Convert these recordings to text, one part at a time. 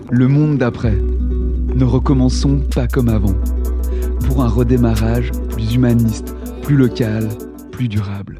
Le monde d'après. Ne recommençons pas comme avant. Pour un redémarrage plus humaniste, plus local, plus durable.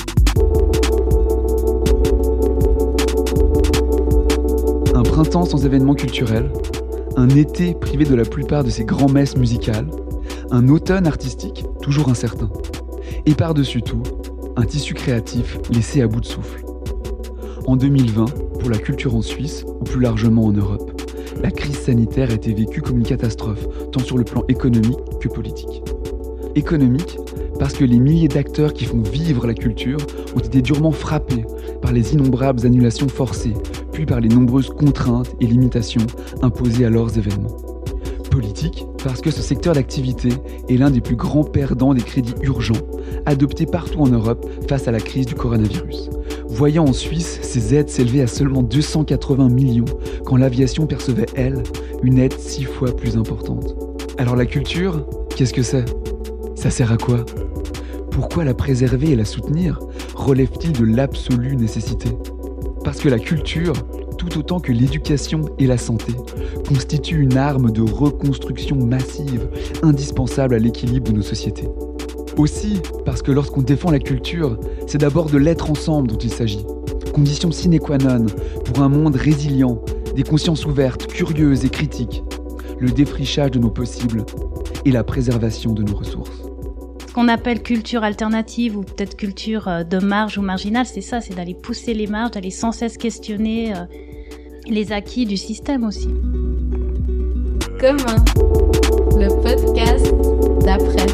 Un printemps sans événements culturels, un été privé de la plupart de ses grands-messes musicales, un automne artistique toujours incertain. Et par-dessus tout, un tissu créatif laissé à bout de souffle. En 2020, pour la culture en Suisse, ou plus largement en Europe, la crise sanitaire a été vécue comme une catastrophe, tant sur le plan économique que politique. Économique, parce que les milliers d'acteurs qui font vivre la culture ont été durement frappés par les innombrables annulations forcées, puis par les nombreuses contraintes et limitations imposées à leurs événements. Politique, parce que ce secteur d'activité est l'un des plus grands perdants des crédits urgents, adoptés partout en Europe face à la crise du coronavirus. Voyant en Suisse ces aides s'élever à seulement 280 millions, quand l'aviation percevait, elle, une aide 6 fois plus importante. Alors la culture, qu'est-ce que c'est ? Ça sert à quoi ? Pourquoi la préserver et la soutenir relève-t-il de l'absolue nécessité ? Parce que la culture, tout autant que l'éducation et la santé, constitue une arme de reconstruction massive, indispensable à l'équilibre de nos sociétés. Aussi, parce que lorsqu'on défend la culture, c'est d'abord de l'être ensemble dont il s'agit. Condition sine qua non pour un monde résilient, des consciences ouvertes, curieuses et critiques, le défrichage de nos possibles et la préservation de nos ressources. Ce qu'on appelle culture alternative ou peut-être culture de marge ou marginale, c'est ça, c'est d'aller pousser les marges, d'aller sans cesse questionner les acquis du système aussi. Commun, le podcast d'après.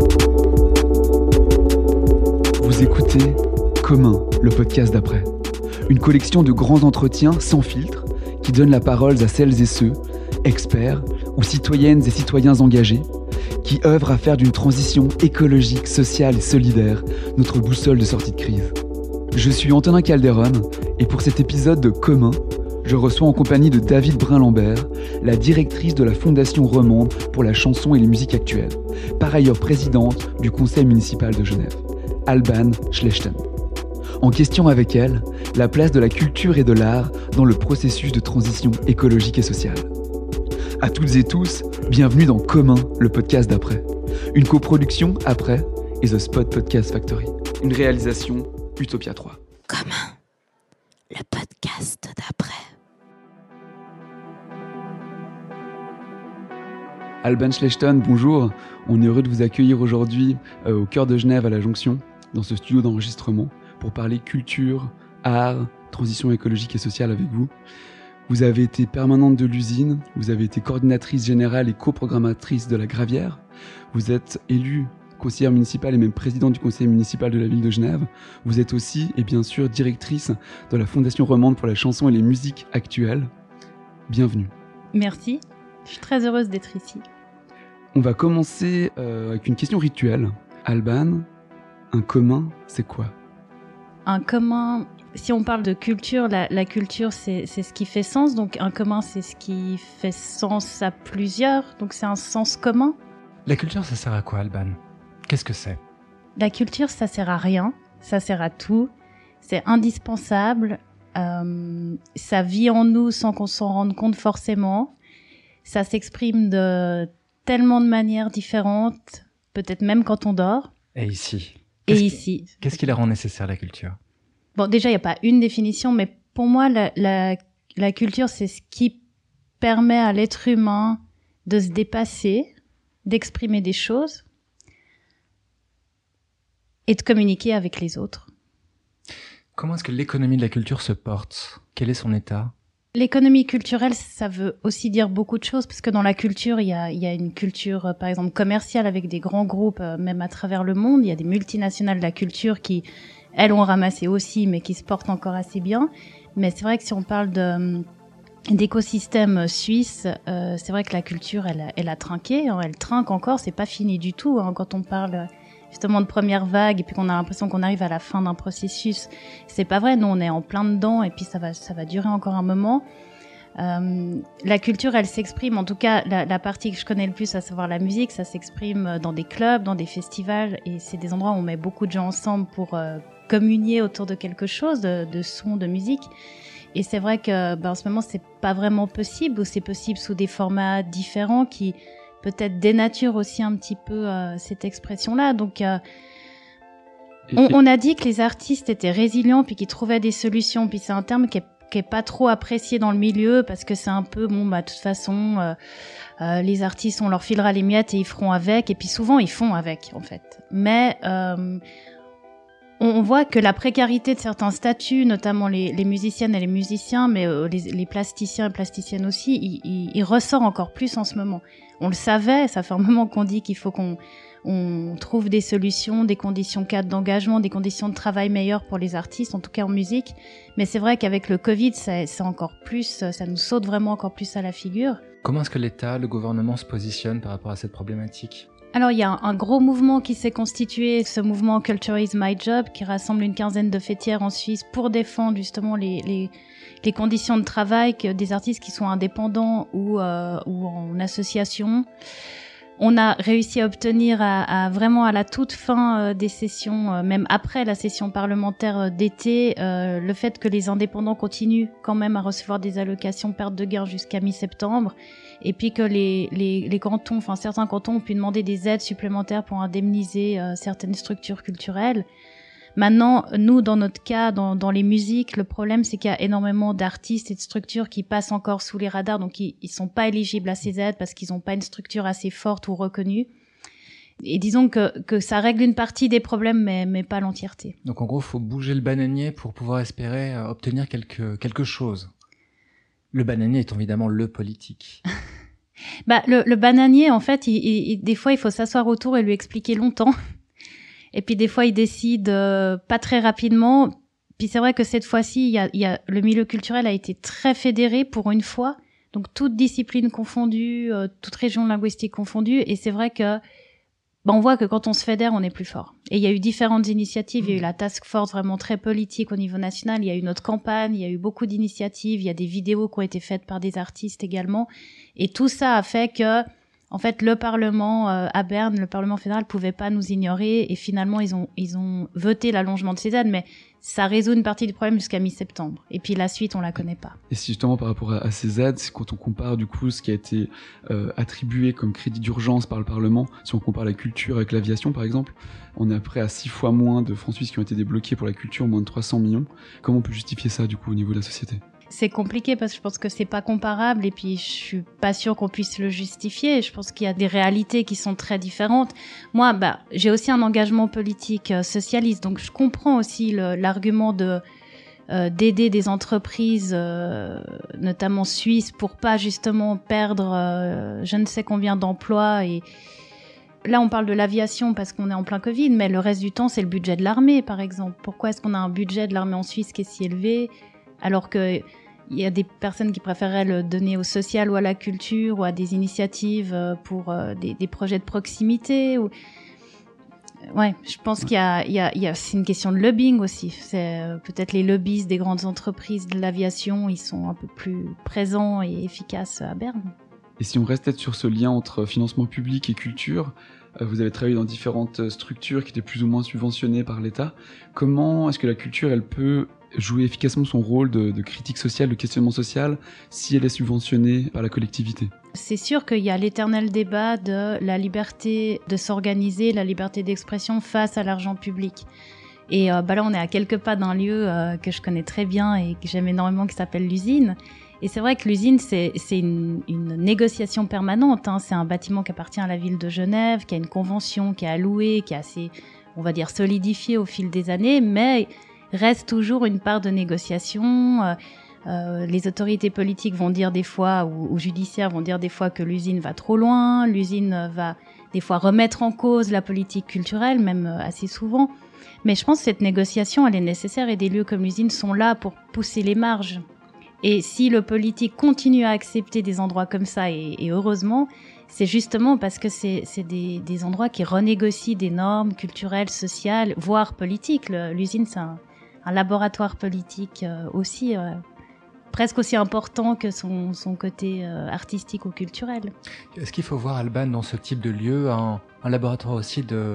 Vous écoutez Commun, le podcast d'après. Une collection de grands entretiens sans filtre qui donnent la parole à celles et ceux, experts ou citoyennes et citoyens engagés, qui œuvrent à faire d'une transition écologique, sociale et solidaire notre boussole de sortie de crise. Je suis Antonin Calderon et pour cet épisode de Commun, je reçois en compagnie de David Brun-Lambert, la directrice de la Fondation Romande pour la chanson et les musiques actuelles, par ailleurs présidente du conseil municipal de Genève, Alban Schlechten. En question avec elle, la place de la culture et de l'art dans le processus de transition écologique et sociale. À toutes et tous, bienvenue dans Commun, le podcast d'après. Une coproduction Après et The Spot Podcast Factory. Une réalisation Utopia 3. Commun, le podcast d'après. Alban Schlechten, bonjour. On est heureux de vous accueillir aujourd'hui au cœur de Genève à la Jonction, dans ce studio d'enregistrement, pour parler culture, art, transition écologique et sociale avec vous. Vous avez été permanente de l'usine, vous avez été coordinatrice générale et coprogrammatrice de la Gravière. Vous êtes élue conseillère municipale et même présidente du conseil municipal de la ville de Genève. Vous êtes aussi, et bien sûr, directrice de la Fondation Romande pour la chanson et les musiques actuelles. Bienvenue. Merci, je suis très heureuse d'être ici. On va commencer avec une question rituelle. Alban, un commun, c'est quoi ? Un commun, si on parle de culture, la culture c'est ce qui fait sens, donc un commun c'est ce qui fait sens à plusieurs, donc c'est un sens commun. La culture, ça sert à quoi, Alban ? Qu'est-ce que c'est ? La culture, ça sert à rien, ça sert à tout, c'est indispensable, ça vit en nous sans qu'on s'en rende compte forcément, ça s'exprime de tellement de manières différentes, peut-être même quand on dort. Et ici ? Qu'est-ce qui la rend nécessaire, la culture ? Bon, déjà, il n'y a pas une définition, mais pour moi, la culture, c'est ce qui permet à l'être humain de se dépasser, d'exprimer des choses et de communiquer avec les autres. Comment est-ce que l'économie de la culture se porte ? Quel est son état ? L'économie culturelle, ça veut aussi dire beaucoup de choses, parce que dans la culture, il y a une culture, par exemple, commerciale avec des grands groupes, même à travers le monde. Il y a des multinationales de la culture qui, elles, ont ramassé aussi, mais qui se portent encore assez bien. Mais c'est vrai que si on parle d'écosystème suisse, c'est vrai que la culture, elle a trinqué, hein, elle trinque encore, c'est pas fini du tout, hein, quand on parle justement de première vague et puis qu'on a l'impression qu'on arrive à la fin d'un processus. C'est pas vrai, nous on est en plein dedans et puis ça va durer encore un moment. La culture, elle s'exprime, en tout cas la partie que je connais le plus, à savoir la musique, ça s'exprime dans des clubs, dans des festivals, et c'est des endroits où on met beaucoup de gens ensemble pour communier autour de quelque chose, de son, de musique. Et c'est vrai que en ce moment, c'est pas vraiment possible, ou c'est possible sous des formats différents qui peut-être dénaturent aussi un petit peu cette expression-là. Donc, on a dit que les artistes étaient résilients, puis qu'ils trouvaient des solutions. Puis c'est un terme qui est pas trop apprécié dans le milieu, parce que c'est un peu, de toute façon, les artistes, on leur filera les miettes et ils feront avec. Et puis souvent, ils font avec, en fait. Mais on voit que la précarité de certains statuts, notamment les musiciennes et les musiciens, mais les plasticiens et plasticiennes aussi, il ressort encore plus en ce moment. On le savait, ça fait un moment qu'on dit qu'il faut qu'on trouve des solutions, des conditions cadres d'engagement, des conditions de travail meilleures pour les artistes, en tout cas en musique. Mais c'est vrai qu'avec le Covid, c'est encore plus, ça nous saute vraiment encore plus à la figure. Comment est-ce que l'État, le gouvernement se positionne par rapport à cette problématique ? Alors, il y a un gros mouvement qui s'est constitué, ce mouvement Culture is my job, qui rassemble une quinzaine de fêtières en Suisse pour défendre justement les conditions de travail des artistes qui sont indépendants ou en association. On a réussi à obtenir vraiment à la toute fin des sessions, même après la session parlementaire d'été, le fait que les indépendants continuent quand même à recevoir des allocations perte de gain jusqu'à mi-septembre, et puis que les cantons, certains cantons ont pu demander des aides supplémentaires pour indemniser certaines structures culturelles. Maintenant, nous, dans notre cas, dans les musiques, le problème, c'est qu'il y a énormément d'artistes et de structures qui passent encore sous les radars, donc ils sont pas éligibles à ces aides parce qu'ils n'ont pas une structure assez forte ou reconnue. Et disons que ça règle une partie des problèmes, mais pas l'entièreté. Donc en gros, faut bouger le bananier pour pouvoir espérer obtenir quelque chose. Le bananier est évidemment le politique. Le bananier, en fait, des fois, il faut s'asseoir autour et lui expliquer longtemps. Et puis des fois, il décide pas très rapidement. Puis c'est vrai que cette fois-ci, le milieu culturel a été très fédéré pour une fois. Donc toute discipline confondue, toute région linguistique confondue. Et c'est vrai que on voit que quand on se fédère, on est plus fort. Et il y a eu différentes initiatives. Il y a eu la task force vraiment très politique au niveau national. Il y a eu notre campagne. Il y a eu beaucoup d'initiatives. Il y a des vidéos qui ont été faites par des artistes également. Et tout ça a fait que en fait, le Parlement à Berne, le Parlement fédéral, pouvait pas nous ignorer, et finalement ils ont voté l'allongement de ces aides, mais ça résout une partie du problème jusqu'à mi-septembre. Et puis la suite, on la connaît pas. Et si justement par rapport à ces aides, c'est quand on compare du coup ce qui a été attribué comme crédit d'urgence par le Parlement, si on compare la culture avec l'aviation par exemple, on est à près à 6 fois moins de francs suisses qui ont été débloqués pour la culture, moins de 300 millions. Comment on peut justifier ça du coup au niveau de la société ? C'est compliqué parce que je pense que c'est pas comparable, et puis je suis pas sûre qu'on puisse le justifier. Je pense qu'il y a des réalités qui sont très différentes. Moi, j'ai aussi un engagement politique socialiste, donc je comprends aussi l'argument d'aider des entreprises, notamment suisses, pour pas justement perdre je ne sais combien d'emplois. Et là, on parle de l'aviation parce qu'on est en plein Covid, mais le reste du temps, c'est le budget de l'armée, par exemple. Pourquoi est-ce qu'on a un budget de l'armée en Suisse qui est si élevé, alors que il y a des personnes qui préféreraient le donner au social ou à la culture ou à des initiatives pour des projets de proximité. Ouais, je pense qu'il y a c'est une question de lobbying aussi. C'est peut-être les lobbyistes des grandes entreprises de l'aviation, ils sont un peu plus présents et efficaces à Berne. Et si on reste peut-être sur ce lien entre financement public et culture, vous avez travaillé dans différentes structures qui étaient plus ou moins subventionnées par l'État. Comment est-ce que la culture, elle peut jouer efficacement son rôle de critique sociale, de questionnement social, si elle est subventionnée par la collectivité ? C'est sûr qu'il y a l'éternel débat de la liberté de s'organiser, la liberté d'expression face à l'argent public. Et là, on est à quelques pas d'un lieu que je connais très bien et que j'aime énormément, qui s'appelle l'usine. Et c'est vrai que l'usine, c'est une négociation permanente. C'est un bâtiment qui appartient à la ville de Genève, qui a une convention, qui est allouée, qui est assez, on va dire, solidifiée au fil des années, mais reste toujours une part de négociation. Les autorités politiques vont dire des fois, ou judiciaires vont dire des fois que l'usine va trop loin, l'usine va des fois remettre en cause la politique culturelle, même assez souvent. Mais je pense que cette négociation, elle est nécessaire, et des lieux comme l'usine sont là pour pousser les marges. Et si le politique continue à accepter des endroits comme ça, et heureusement, c'est justement parce que c'est des endroits qui renégocient des normes culturelles, sociales, voire politiques. L'usine, c'est un laboratoire politique aussi, presque aussi important que son côté artistique ou culturel. Est-ce qu'il faut voir Alban dans ce type de lieu un laboratoire aussi de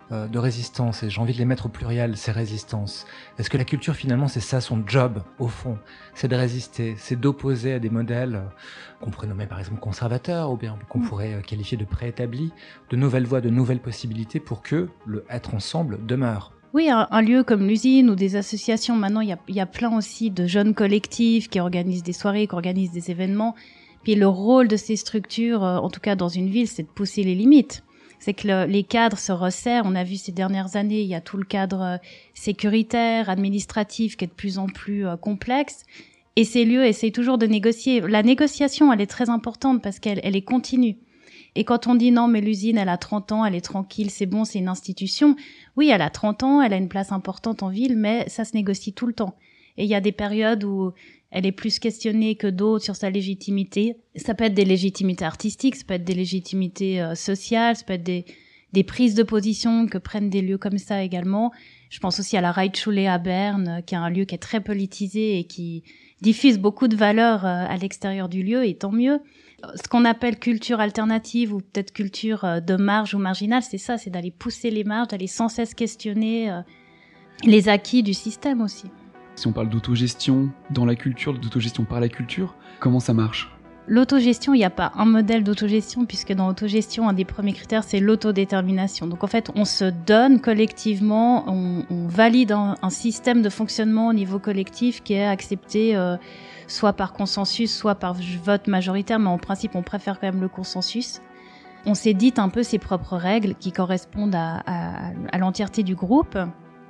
de résistance, et j'ai envie de les mettre au pluriel, ces résistances. Est-ce que la culture, finalement, c'est ça son job, au fond? C'est de résister, c'est d'opposer à des modèles qu'on pourrait nommer par exemple conservateurs, ou bien qu'on pourrait qualifier de préétablis, de nouvelles voies, de nouvelles possibilités pour que le être ensemble demeure. Oui, un lieu comme l'usine ou des associations, maintenant il y a plein aussi de jeunes collectifs qui organisent des soirées, qui organisent des événements. Puis le rôle de ces structures, en tout cas dans une ville, c'est de pousser les limites. C'est que les cadres se resserrent. On a vu ces dernières années, il y a tout le cadre sécuritaire, administratif qui est de plus en plus complexe. Et ces lieux essayent toujours de négocier. La négociation, elle est très importante parce qu'elle est continue. Et quand on dit non, mais l'usine, elle a 30 ans, elle est tranquille, c'est bon, c'est une institution. Oui, elle a 30 ans, elle a une place importante en ville, mais ça se négocie tout le temps. Et il y a des périodes où elle est plus questionnée que d'autres sur sa légitimité. Ça peut être des légitimités artistiques, ça peut être des légitimités sociales, ça peut être des prises de position que prennent des lieux comme ça également. Je pense aussi à la Reitschule à Berne, qui est un lieu qui est très politisé et qui diffuse beaucoup de valeurs à l'extérieur du lieu, et tant mieux. Ce qu'on appelle culture alternative ou peut-être culture de marge ou marginale, c'est ça, c'est d'aller pousser les marges, d'aller sans cesse questionner les acquis du système aussi. Si on parle d'autogestion dans la culture, d'autogestion par la culture, comment ça marche ? L'autogestion, il n'y a pas un modèle d'autogestion, puisque dans l'autogestion, un des premiers critères, c'est l'autodétermination. Donc en fait, on se donne collectivement, on valide un système de fonctionnement au niveau collectif qui est accepté soit par consensus, soit par vote majoritaire, mais en principe, on préfère quand même le consensus. On s'édite un peu ses propres règles qui correspondent à l'entièreté du groupe.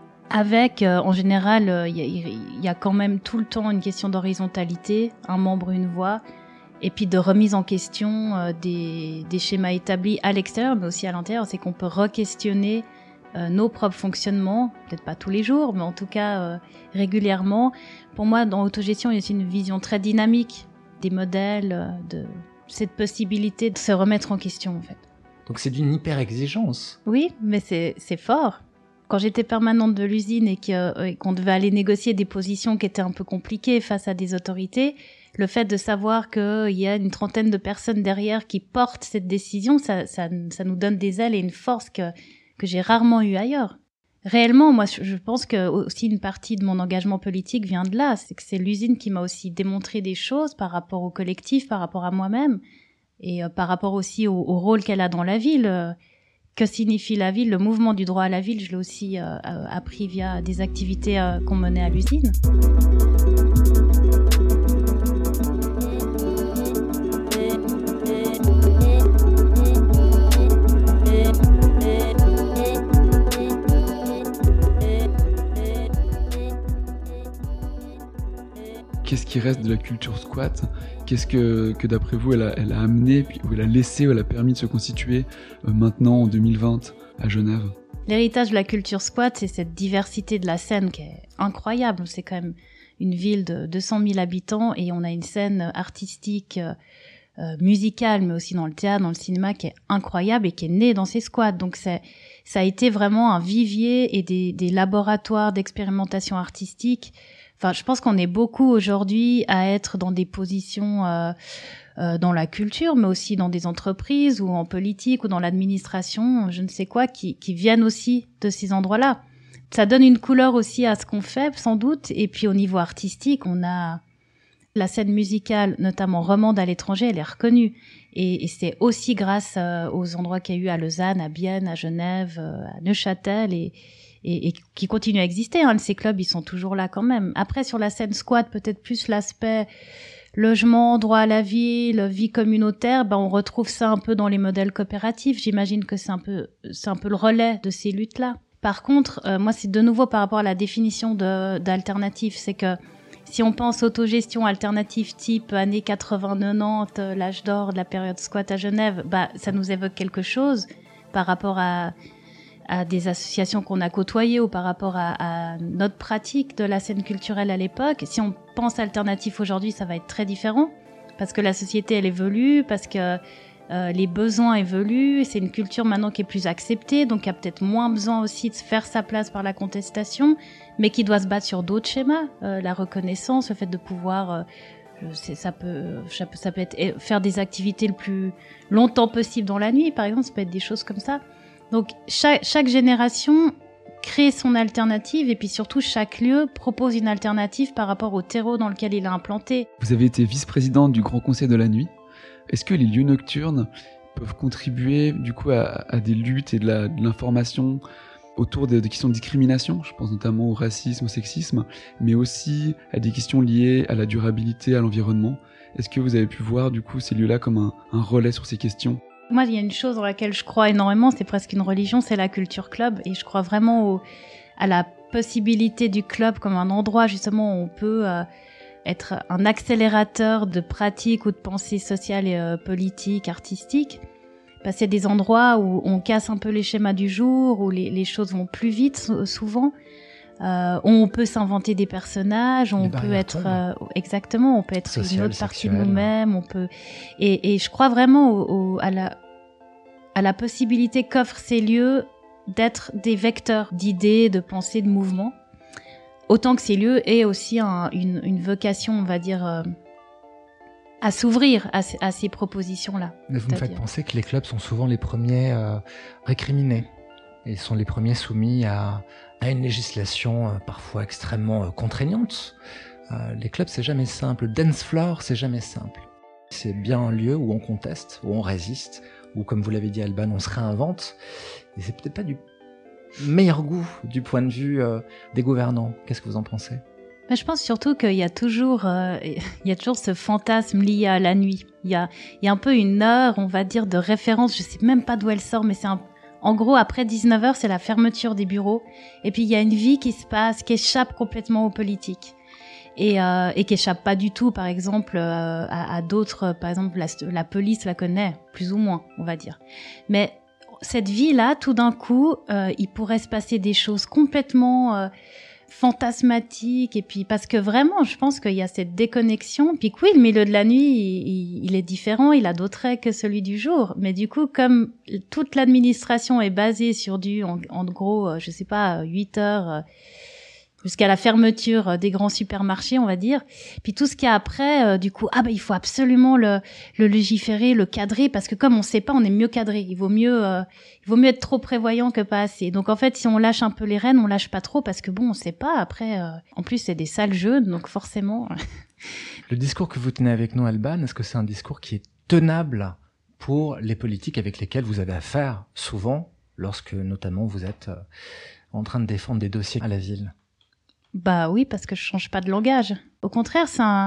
Avec, en général, il y a quand même tout le temps une question d'horizontalité, un membre, une voix, et puis de remise en question des schémas établis à l'extérieur, mais aussi à l'intérieur. C'est qu'on peut re-questionner nos propres fonctionnements, peut-être pas tous les jours, mais en tout cas régulièrement. Pour moi, dans l'autogestion, il y a une vision très dynamique des modèles, de cette possibilité de se remettre en question, en fait. Donc c'est d'une hyper-exigence. Oui, mais c'est fort. Quand j'étais permanente de l'usine et qu'on devait aller négocier des positions qui étaient un peu compliquées face à des autorités, le fait de savoir qu'il y a une trentaine de personnes derrière qui portent cette décision, ça nous donne des ailes et une force que j'ai rarement eue ailleurs. Réellement, moi, je pense que aussi une partie de mon engagement politique vient de là. C'est que c'est l'usine qui m'a aussi démontré des choses par rapport au collectif, par rapport à moi-même, et par rapport aussi au rôle qu'elle a dans la ville. Que signifie la ville, le mouvement du droit à la ville, je l'ai aussi appris via des activités qu'on menait à l'usine. Qu'est-ce qui reste de la culture squat ? Qu'est-ce que d'après vous, elle a amené, ou elle a laissé, ou elle a permis de se constituer maintenant, en 2020, à Genève ? L'héritage de la culture squat, c'est cette diversité de la scène qui est incroyable. C'est quand même une ville de 200 000 habitants et on a une scène artistique, musicale, mais aussi dans le théâtre, dans le cinéma, qui est incroyable et qui est née dans ces squats. Donc ça a été vraiment un vivier et des laboratoires d'expérimentation artistique. Enfin, je pense qu'on est beaucoup aujourd'hui à être dans des positions dans la culture, mais aussi dans des entreprises ou en politique ou dans l'administration, je ne sais quoi, qui viennent aussi de ces endroits-là. Ça donne une couleur aussi à ce qu'on fait, sans doute. Et puis au niveau artistique, on a la scène musicale, notamment romande à l'étranger, elle est reconnue. Et c'est aussi grâce aux endroits qu'il y a eu à Lausanne, à Bienne, à Genève, à Neuchâtel et qui continuent à exister. Ces clubs, ils sont toujours là quand même. Après, sur la scène squat, peut-être plus l'aspect logement, droit à la ville, vie communautaire, on retrouve ça un peu dans les modèles coopératifs. J'imagine que c'est un peu le relais de ces luttes-là. Par contre, moi, c'est de nouveau par rapport à la définition d'alternative. C'est que si on pense autogestion alternative type années 80-90, l'âge d'or de la période squat à Genève, ça nous évoque quelque chose par rapport à des associations qu'on a côtoyées ou par rapport à notre pratique de la scène culturelle à l'époque. Si on pense alternatif aujourd'hui, ça va être très différent parce que la société, elle évolue, parce que les besoins évoluent, c'est une culture maintenant qui est plus acceptée, donc il y a peut-être moins besoin aussi de se faire sa place par la contestation, mais qui doit se battre sur d'autres schémas, la reconnaissance, le fait de pouvoir... ça peut être faire des activités le plus longtemps possible dans la nuit, par exemple, ça peut être des choses comme ça. Donc chaque génération crée son alternative et puis surtout chaque lieu propose une alternative par rapport au terreau dans lequel il est implanté. Vous avez été vice-présidente du Grand Conseil de la Nuit. Est-ce que les lieux nocturnes peuvent contribuer du coup à des luttes et de l'information autour de questions de discrimination? Je pense notamment au racisme, au sexisme, mais aussi à des questions liées à la durabilité, à l'environnement. Est-ce que vous avez pu voir du coup ces lieux-là comme un relais sur ces questions? Moi, il y a une chose dans laquelle je crois énormément, c'est presque une religion, c'est la culture club. Et je crois vraiment à la possibilité du club comme un endroit justement où on peut être un accélérateur de pratiques ou de pensées sociales et politiques, artistiques. Parce qu'il y a des endroits où on casse un peu les schémas du jour, où les choses vont plus vite souvent. On peut s'inventer des personnages, on peut être exactement, on peut être social, une autre partie sexuelle. de nous-mêmes, on peut et je crois vraiment à la possibilité qu'offrent ces lieux d'être des vecteurs d'idées, de pensées, de mouvements, autant que ces lieux aient aussi une vocation, on va dire, à s'ouvrir à ces propositions-là. Mais vous me faites penser que les clubs sont souvent les premiers récriminés et sont les premiers soumis à une législation parfois extrêmement contraignante. Les clubs, c'est jamais simple. Le dance floor, c'est jamais simple. C'est bien un lieu où on conteste, où on résiste, où, comme vous l'avez dit, Alban, on se réinvente. Et c'est peut-être pas du meilleur goût du point de vue des gouvernants. Qu'est-ce que vous en pensez ? Mais je pense surtout qu'il y a toujours ce fantasme lié à la nuit. Il y a un peu une heure, on va dire, de référence. Je sais même pas d'où elle sort, mais en gros, après 19h, c'est la fermeture des bureaux. Et puis, il y a une vie qui se passe, qui échappe complètement aux politiques. Et qui échappe pas du tout, par exemple, à d'autres. Par exemple, la police la connaît, plus ou moins, on va dire. Mais cette vie-là, tout d'un coup, il pourrait se passer des choses complètement fantasmatiques. Et puis, parce que vraiment, je pense qu'il y a cette déconnexion. Puis que oui, le milieu de la nuit, il est différent, il a d'autres règles que celui du jour. Mais du coup, comme toute l'administration est basée sur en gros, je sais pas, 8 heures... jusqu'à la fermeture des grands supermarchés, on va dire. Puis tout ce qu'il y a après, du coup, il faut absolument le légiférer, le cadrer, parce que comme on sait pas, on est mieux cadré. Il vaut mieux être trop prévoyant que pas assez. Donc en fait, si on lâche un peu les rênes, on lâche pas trop, parce que bon, on sait pas. Après, en plus, c'est des sales jeux, donc forcément. Le discours que vous tenez avec nous, Alban, est-ce que c'est un discours qui est tenable pour les politiques avec lesquels vous avez affaire souvent, lorsque notamment vous êtes en train de défendre des dossiers à la ville ? Bah oui, parce que je change pas de langage. Au contraire,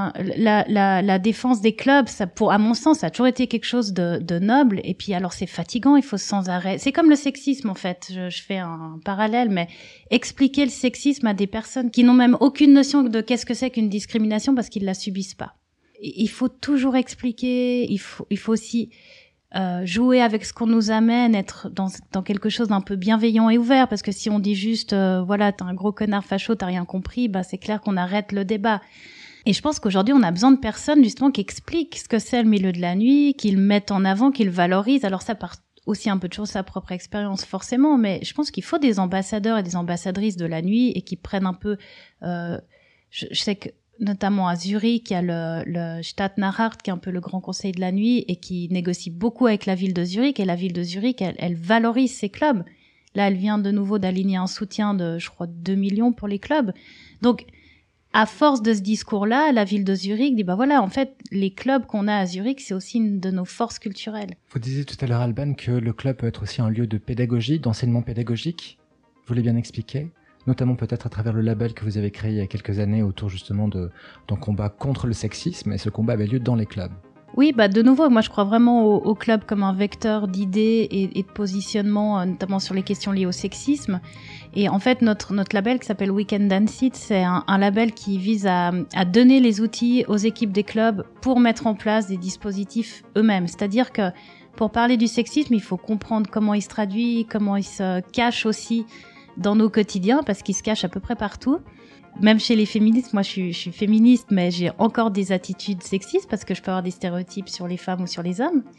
la défense des clubs, à mon sens, ça a toujours été quelque chose de noble. Et puis alors c'est fatigant, il faut sans arrêt. C'est comme le sexisme en fait. Je fais un parallèle, mais expliquer le sexisme à des personnes qui n'ont même aucune notion de qu'est-ce que c'est qu'une discrimination parce qu'ils la subissent pas. Il faut toujours expliquer. Il faut aussi jouer avec ce qu'on nous amène, être dans quelque chose d'un peu bienveillant et ouvert, parce que si on dit juste voilà, t'es un gros connard facho, t'as rien compris, c'est clair qu'on arrête le débat. Et je pense qu'aujourd'hui on a besoin de personnes justement qui expliquent ce que c'est le milieu de la nuit, qui le mettent en avant, qui le valorisent. Alors ça part aussi un peu de choses sa propre expérience forcément, mais je pense qu'il faut des ambassadeurs et des ambassadrices de la nuit et qui prennent un peu je sais que notamment à Zurich, il y a le Stadtnachart, qui est un peu le grand conseil de la nuit et qui négocie beaucoup avec la ville de Zurich. Et la ville de Zurich, elle valorise ses clubs. Là, elle vient de nouveau d'aligner un soutien de, je crois, 2 millions pour les clubs. Donc, à force de ce discours-là, la ville de Zurich dit, voilà, en fait, les clubs qu'on a à Zurich, c'est aussi une de nos forces culturelles. Vous disiez tout à l'heure, Alban, que le club peut être aussi un lieu de pédagogie, d'enseignement pédagogique. Vous voulez bien expliquer ? Notamment peut-être à travers le label que vous avez créé il y a quelques années autour justement d'un combat contre le sexisme, et ce combat avait lieu dans les clubs. Oui, de nouveau, moi je crois vraiment au club comme un vecteur d'idées et de positionnement, notamment sur les questions liées au sexisme. Et en fait, notre label qui s'appelle Weekend Dance It, c'est un label qui vise à donner les outils aux équipes des clubs pour mettre en place des dispositifs eux-mêmes. C'est-à-dire que pour parler du sexisme, il faut comprendre comment il se traduit, comment il se cache aussi dans nos quotidiens, parce qu'il se cache à peu près partout. Même chez les féministes, moi je suis féministe, mais j'ai encore des attitudes sexistes parce que je peux avoir des stéréotypes sur les femmes ou sur les hommes.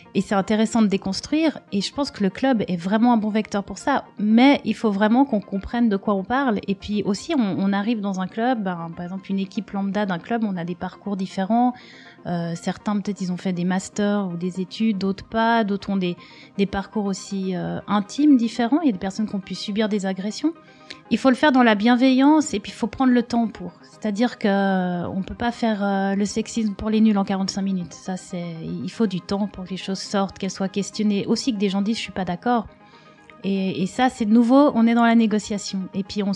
Et c'est intéressant de déconstruire, et je pense que le club est vraiment un bon vecteur pour ça. Mais il faut vraiment qu'on comprenne de quoi on parle. Et puis aussi, on arrive dans un club, par exemple une équipe lambda d'un club, on a des parcours différents. Certains, peut-être, ils ont fait des masters ou des études, d'autres pas. D'autres ont des parcours aussi intimes différents. Il y a des personnes qui ont pu subir des agressions. Il faut le faire dans la bienveillance, et puis il faut prendre le temps pour. C'est-à-dire qu'on peut pas faire le sexisme pour les nuls en 45 minutes. Il faut du temps pour que les choses sortent, qu'elles soient questionnées. Aussi que des gens disent je suis pas d'accord. Et ça, c'est de nouveau, on est dans la négociation. Et puis on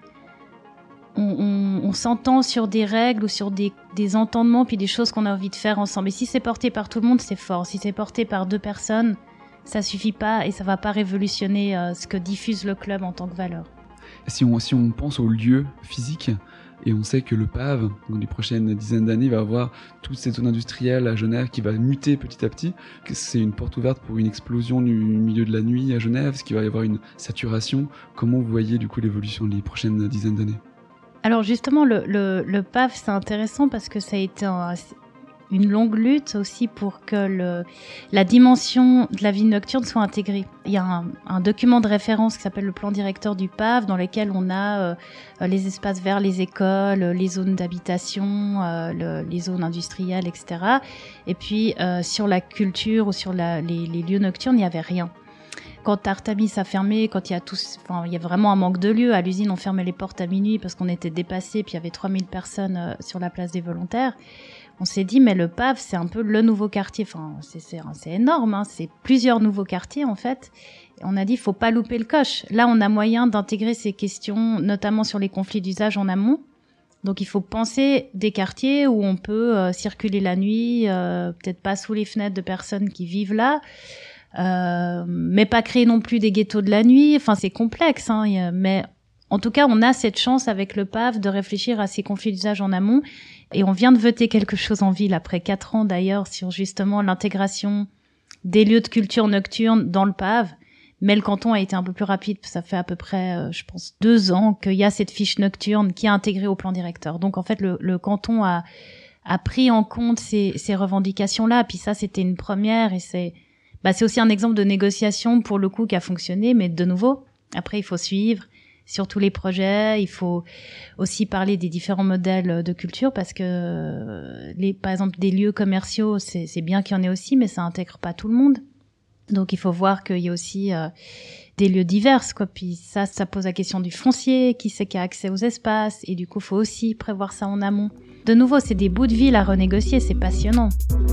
s'entend sur des règles ou sur des entendements, puis des choses qu'on a envie de faire ensemble. Et si c'est porté par tout le monde, c'est fort. Si c'est porté par 2 personnes, ça suffit pas et ça va pas révolutionner ce que diffuse le club en tant que valeur. Si on pense au lieu physique, et on sait que le PAV, dans les prochaines dizaines d'années, va avoir toute cette zone industrielle à Genève qui va muter petit à petit, que c'est une porte ouverte pour une explosion du milieu de la nuit à Genève, ce qui va y avoir une saturation. Comment vous voyez du coup l'évolution les prochaines dizaines d'années ? Alors justement, le PAV, c'est intéressant parce que ça a été une longue lutte aussi pour que la dimension de la vie nocturne soit intégrée. Il y a un document de référence qui s'appelle le plan directeur du PAV, dans lequel on a les espaces verts, les écoles, les zones d'habitation, les zones industrielles, etc. Et puis sur la culture ou sur les lieux nocturnes, il n'y avait rien. Quand Artemis a fermé, quand il y a vraiment un manque de lieux, à l'usine on fermait les portes à minuit parce qu'on était dépassés, puis il y avait 3000 personnes sur la place des volontaires. On s'est dit, mais le PAV, c'est un peu le nouveau quartier. Enfin, c'est énorme, hein. C'est plusieurs nouveaux quartiers, en fait. Et on a dit, faut pas louper le coche. Là, on a moyen d'intégrer ces questions, notamment sur les conflits d'usage en amont. Donc, il faut penser des quartiers où on peut circuler la nuit, peut-être pas sous les fenêtres de personnes qui vivent là, mais pas créer non plus des ghettos de la nuit. Enfin, c'est complexe, hein. Mais en tout cas, on a cette chance avec le PAV de réfléchir à ces conflits d'usage en amont. Et on vient de voter quelque chose en ville, après 4 ans d'ailleurs, sur justement l'intégration des lieux de culture nocturne dans le PAV. Mais le canton a été un peu plus rapide, ça fait à peu près, je pense, 2 ans qu'il y a cette fiche nocturne qui est intégrée au plan directeur. Donc en fait, le canton a pris en compte ces revendications-là. Puis ça, c'était une première, et c'est aussi un exemple de négociation pour le coup qui a fonctionné. Mais de nouveau, après, il faut suivre sur tous les projets. Il faut aussi parler des différents modèles de culture, parce que par exemple des lieux commerciaux, c'est bien qu'il y en ait aussi, mais ça intègre pas tout le monde. Donc il faut voir qu'il y a aussi des lieux divers, quoi. Puis ça pose la question du foncier, qui c'est qui a accès aux espaces, et du coup faut aussi prévoir ça en amont. De nouveau, c'est des bouts de ville à renégocier, c'est passionnant.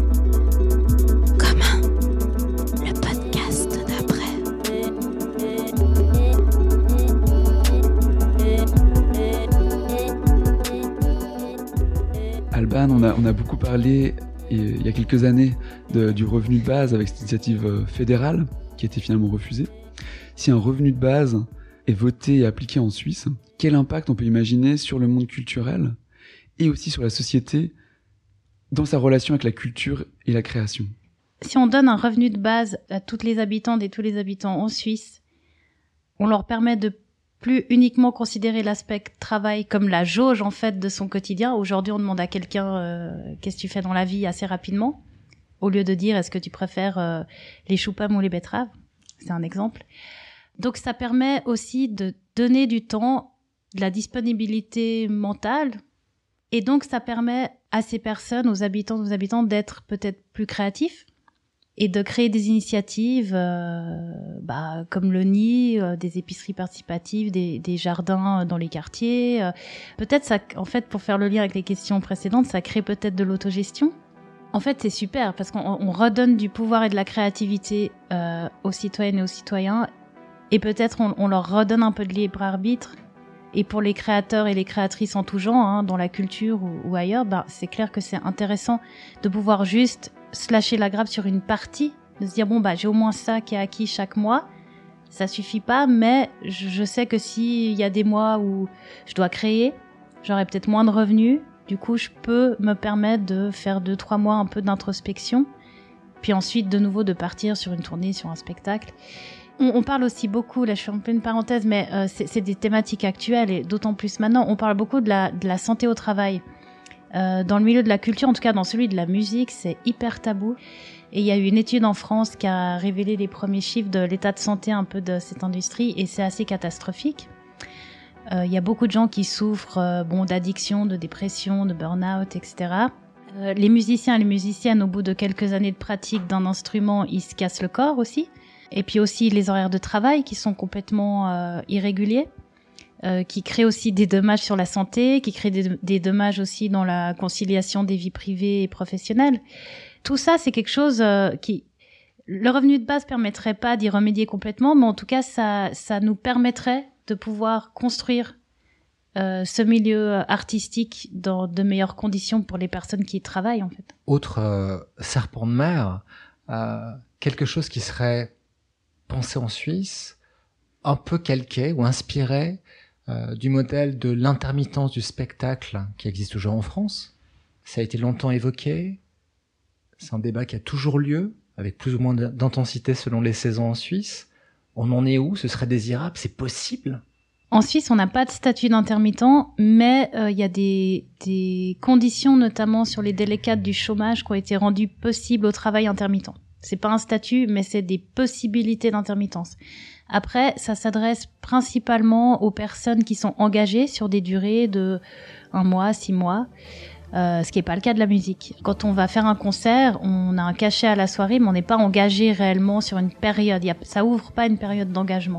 Alban, on a beaucoup parlé il y a quelques années du revenu de base avec cette initiative fédérale qui a été finalement refusée. Si un revenu de base est voté et appliqué en Suisse, quel impact on peut imaginer sur le monde culturel et aussi sur la société dans sa relation avec la culture et la création ? Si on donne un revenu de base à toutes les habitantes et tous les habitants en Suisse, on leur permet de plus uniquement considérer l'aspect travail comme la jauge en fait de son quotidien. Aujourd'hui, on demande à quelqu'un qu'est-ce que tu fais dans la vie assez rapidement, au lieu de dire est-ce que tu préfères les choux-pommes ou les betteraves. C'est un exemple. Donc ça permet aussi de donner du temps, de la disponibilité mentale, et donc ça permet à ces personnes, aux habitants, aux habitantes, d'être peut-être plus créatifs et de créer des initiatives comme le nid, des épiceries participatives, des jardins dans les quartiers. Peut-être ça, en fait, pour faire le lien avec les questions précédentes, ça crée peut-être de l'autogestion. En fait, c'est super parce qu'on redonne du pouvoir et de la créativité aux citoyennes et aux citoyens, et peut-être on leur redonne un peu de libre arbitre. Et pour les créateurs et les créatrices en tout genre, dans la culture ou ailleurs, c'est clair que c'est intéressant de pouvoir juste se lâcher la grappe sur une partie, de se dire j'ai au moins ça qui est acquis chaque mois, ça suffit pas, mais je sais que s'il y a des mois où je dois créer, j'aurai peut-être moins de revenus, du coup je peux me permettre de faire 2-3 mois un peu d'introspection, puis ensuite de nouveau de partir sur une tournée, sur un spectacle. On parle aussi beaucoup, là je fais un peu une parenthèse, mais c'est des thématiques actuelles, et d'autant plus maintenant, on parle beaucoup de la santé au travail. Dans le milieu de la culture, en tout cas dans celui de la musique, c'est hyper tabou. Et il y a eu une étude en France qui a révélé les premiers chiffres de l'état de santé un peu de cette industrie, et c'est assez catastrophique. Il y a beaucoup de gens qui souffrent d'addiction, de dépression, de burn-out, etc. Les musiciens et les musiciennes, au bout de quelques années de pratique d'un instrument, ils se cassent le corps aussi. Et puis aussi les horaires de travail qui sont complètement irréguliers, qui créent aussi des dommages sur la santé, qui créent des dommages aussi dans la conciliation des vies privées et professionnelles. Tout ça, c'est quelque chose qui... Le revenu de base permettrait pas d'y remédier complètement, mais en tout cas, ça nous permettrait de pouvoir construire ce milieu artistique dans de meilleures conditions pour les personnes qui y travaillent, en fait. Autre serpent de mer, quelque chose qui serait pensé en Suisse, un peu calqué ou inspiré du modèle de l'intermittence du spectacle qui existe toujours en France. Ça a été longtemps évoqué. C'est un débat qui a toujours lieu, avec plus ou moins d'intensité selon les saisons en Suisse. On en est où? Ce serait désirable? C'est possible? En Suisse, on n'a pas de statut d'intermittent, mais il y a des conditions, notamment sur les délais cadres du chômage, qui ont été rendues possibles au travail intermittent. C'est pas un statut, mais c'est des possibilités d'intermittence. Après, ça s'adresse principalement aux personnes qui sont engagées sur des durées de 1 mois, 6 mois. Ce qui n'est pas le cas de la musique. Quand on va faire un concert, on a un cachet à la soirée, mais on n'est pas engagé réellement sur une période. Ça ouvre pas une période d'engagement.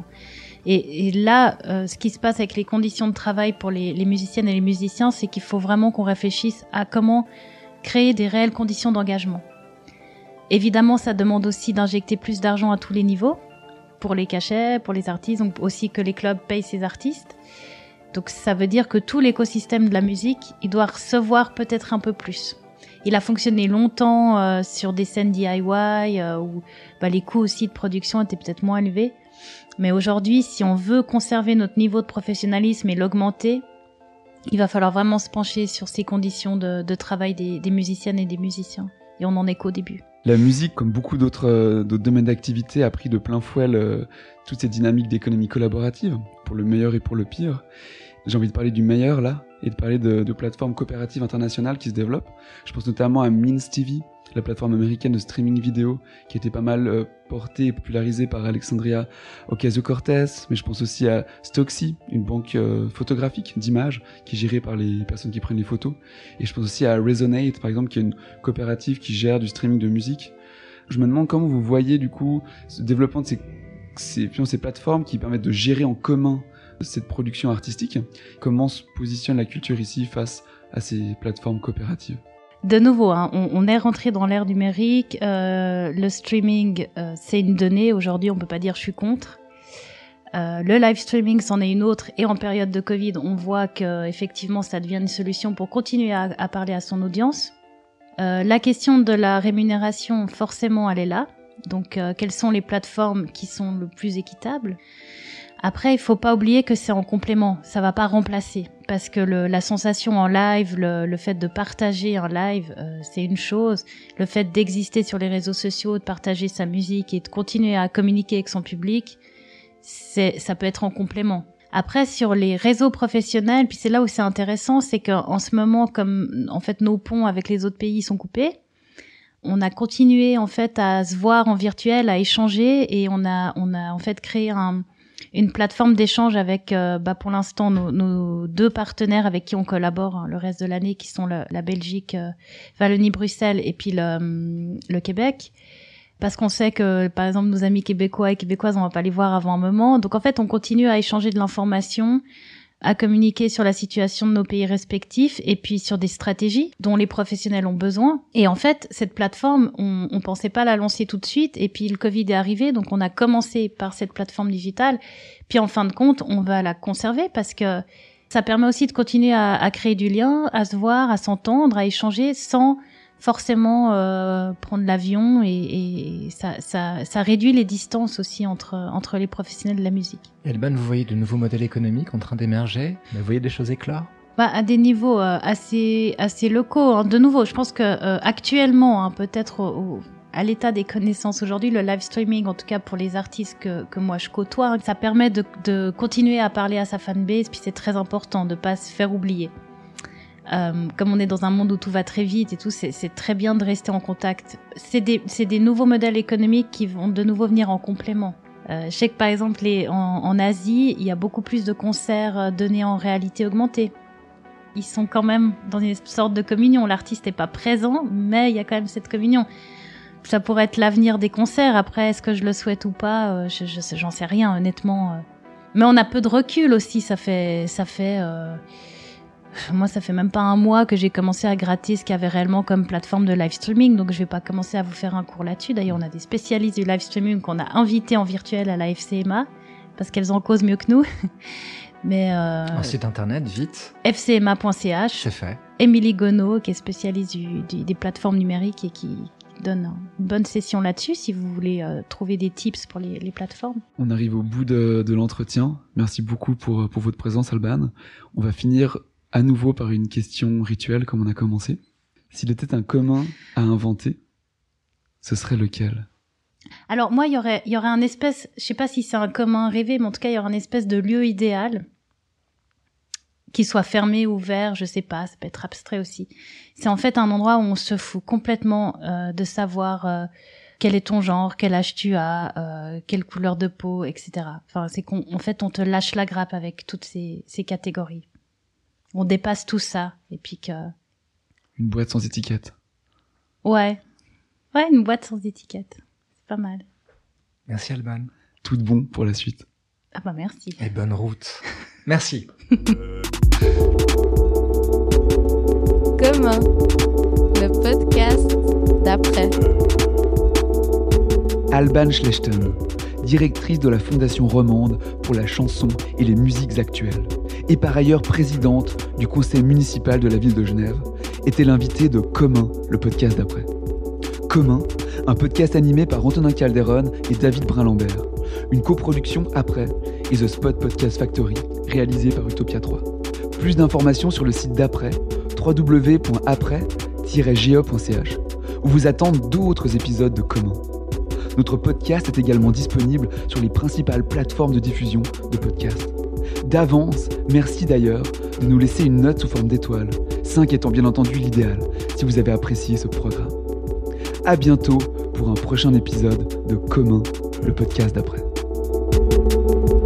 Et là, ce qui se passe avec les conditions de travail pour les musiciennes et les musiciens, c'est qu'il faut vraiment qu'on réfléchisse à comment créer des réelles conditions d'engagement. Évidemment, ça demande aussi d'injecter plus d'argent à tous les niveaux, pour les cachets, pour les artistes, donc aussi que les clubs payent ces artistes. Donc ça veut dire que tout l'écosystème de la musique, il doit recevoir peut-être un peu plus. Il a fonctionné longtemps sur des scènes DIY où les coûts aussi de production étaient peut-être moins élevés. Mais aujourd'hui, si on veut conserver notre niveau de professionnalisme et l'augmenter, il va falloir vraiment se pencher sur ces conditions de travail des musiciennes et des musiciens. Et on en est qu'au début. La musique, comme beaucoup d'autres domaines d'activité, a pris de plein fouet toutes ces dynamiques d'économie collaborative, pour le meilleur et pour le pire. J'ai envie de parler du meilleur, là, et de parler de plateformes coopératives internationales qui se développent. Je pense notamment à Minz TV, la plateforme américaine de streaming vidéo, qui était pas mal portée et popularisée par Alexandria Ocasio-Cortez, mais je pense aussi à Stocksy, une banque photographique d'images, qui est gérée par les personnes qui prennent les photos. Et je pense aussi à Resonate, par exemple, qui est une coopérative qui gère du streaming de musique. Je me demande comment vous voyez, du coup, ce développement de ces plateformes qui permettent de gérer en commun cette production artistique. Comment se positionne la culture ici face à ces plateformes coopératives? De nouveau, on est rentré dans l'ère numérique. Le streaming, c'est une donnée. Aujourd'hui, on peut pas dire je suis contre. Le live streaming, c'en est une autre. Et en période de Covid, on voit que effectivement, ça devient une solution pour continuer à parler à son audience. La question de la rémunération, forcément, elle est là. Donc, quelles sont les plateformes qui sont le plus équitables? Après, il faut pas oublier que c'est en complément, ça va pas remplacer, parce que la sensation en live, le fait de partager un live, c'est une chose. Le fait d'exister sur les réseaux sociaux, de partager sa musique et de continuer à communiquer avec son public, ça peut être en complément. Après, sur les réseaux professionnels, puis c'est là où c'est intéressant, c'est qu'en ce moment, comme en fait nos ponts avec les autres pays sont coupés, on a continué en fait à se voir en virtuel, à échanger, et on a en fait créé une plateforme d'échange avec, pour l'instant, nos 2 partenaires avec qui on collabore le reste de l'année, qui sont la Belgique, Wallonie-Bruxelles, et puis le Québec. Parce qu'on sait que, par exemple, nos amis québécois et québécoises, on va pas les voir avant un moment. Donc, en fait, on continue à échanger de l'information, à communiquer sur la situation de nos pays respectifs et puis sur des stratégies dont les professionnels ont besoin. Et en fait, cette plateforme, on pensait pas la lancer tout de suite, et puis le Covid est arrivé, donc on a commencé par cette plateforme digitale, puis en fin de compte, on va la conserver parce que ça permet aussi de continuer à créer du lien, à se voir, à s'entendre, à échanger sans forcément prendre l'avion, et ça réduit les distances aussi entre les professionnels de la musique. Elban, vous voyez de nouveaux modèles économiques en train d'émerger? Vous voyez des choses éclore? À des niveaux assez locaux. De nouveau, je pense que actuellement, peut-être à l'état des connaissances aujourd'hui, le live streaming, en tout cas pour les artistes que moi je côtoie, ça permet de continuer à parler à sa fanbase, puis c'est très important de pas se faire oublier. Comme on est dans un monde où tout va très vite et tout, c'est très bien de rester en contact. C'est des nouveaux modèles économiques qui vont de nouveau venir en complément. Je sais que par exemple en Asie, il y a beaucoup plus de concerts donnés en réalité augmentée. Ils sont quand même dans une sorte de communion. L'artiste n'est pas présent, mais il y a quand même cette communion. Ça pourrait être l'avenir des concerts. Après, est-ce que je le souhaite ou pas, j'en sais rien, honnêtement. Mais on a peu de recul aussi. Moi, ça fait même pas un mois que j'ai commencé à gratter ce qu'il y avait réellement comme plateforme de live streaming. Donc, je vais pas commencer à vous faire un cours là-dessus. D'ailleurs, on a des spécialistes du live streaming qu'on a invités en virtuel à la FCMA parce qu'elles en causent mieux que nous. Mais un site internet, vite. fcma.ch. C'est fait. Émilie Gonneau, qui est spécialiste des plateformes numériques et qui donne une bonne session là-dessus si vous voulez trouver des tips pour les plateformes. On arrive au bout de l'entretien. Merci beaucoup pour votre présence, Alban. On va finir à nouveau par une question rituelle comme on a commencé. S'il était un commun à inventer, ce serait lequel ? Alors moi, il y aurait un espèce, je sais pas si c'est un commun rêvé, mais en tout cas, il y aurait un espèce de lieu idéal qui soit fermé, ouvert, je sais pas, ça peut être abstrait aussi. C'est en fait un endroit où on se fout complètement de savoir quel est ton genre, quel âge tu as, quelle couleur de peau, etc. Enfin, c'est qu'en fait, on te lâche la grappe avec toutes ces catégories. On dépasse tout ça, et puis que... Une boîte sans étiquette. Ouais, une boîte sans étiquette. C'est pas mal. Merci Alban. Tout de bon pour la suite. Ah bah merci. Et bonne route. Merci. Commun, le podcast d'après. Alban Schlechten, directrice de la Fondation Romande pour la chanson et les musiques actuelles, et par ailleurs présidente du conseil municipal de la ville de Genève, était l'invitée de Commun, le podcast d'après. Commun, un podcast animé par Antonin Calderon et David Brun-Lambert, une coproduction Après et The Spot Podcast Factory, réalisée par Utopia 3. Plus d'informations sur le site d'Après, www.après-geo.ch, où vous attendent d'autres épisodes de Commun. Notre podcast est également disponible sur les principales plateformes de diffusion de podcasts. D'avance, merci d'ailleurs de nous laisser une note sous forme d'étoiles, 5 étant bien entendu l'idéal, si vous avez apprécié ce programme. À bientôt pour un prochain épisode de Commun, le podcast d'après.